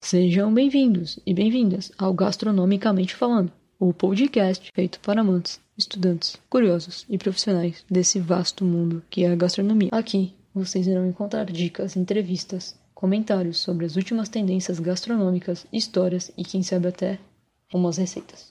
Sejam bem-vindos e bem-vindas ao Gastronomicamente Falando, o podcast feito para amantes, estudantes, curiosos e profissionais desse vasto mundo que é a gastronomia. Aqui vocês irão encontrar dicas, entrevistas, comentários sobre as últimas tendências gastronômicas, histórias e quem sabe até umas receitas.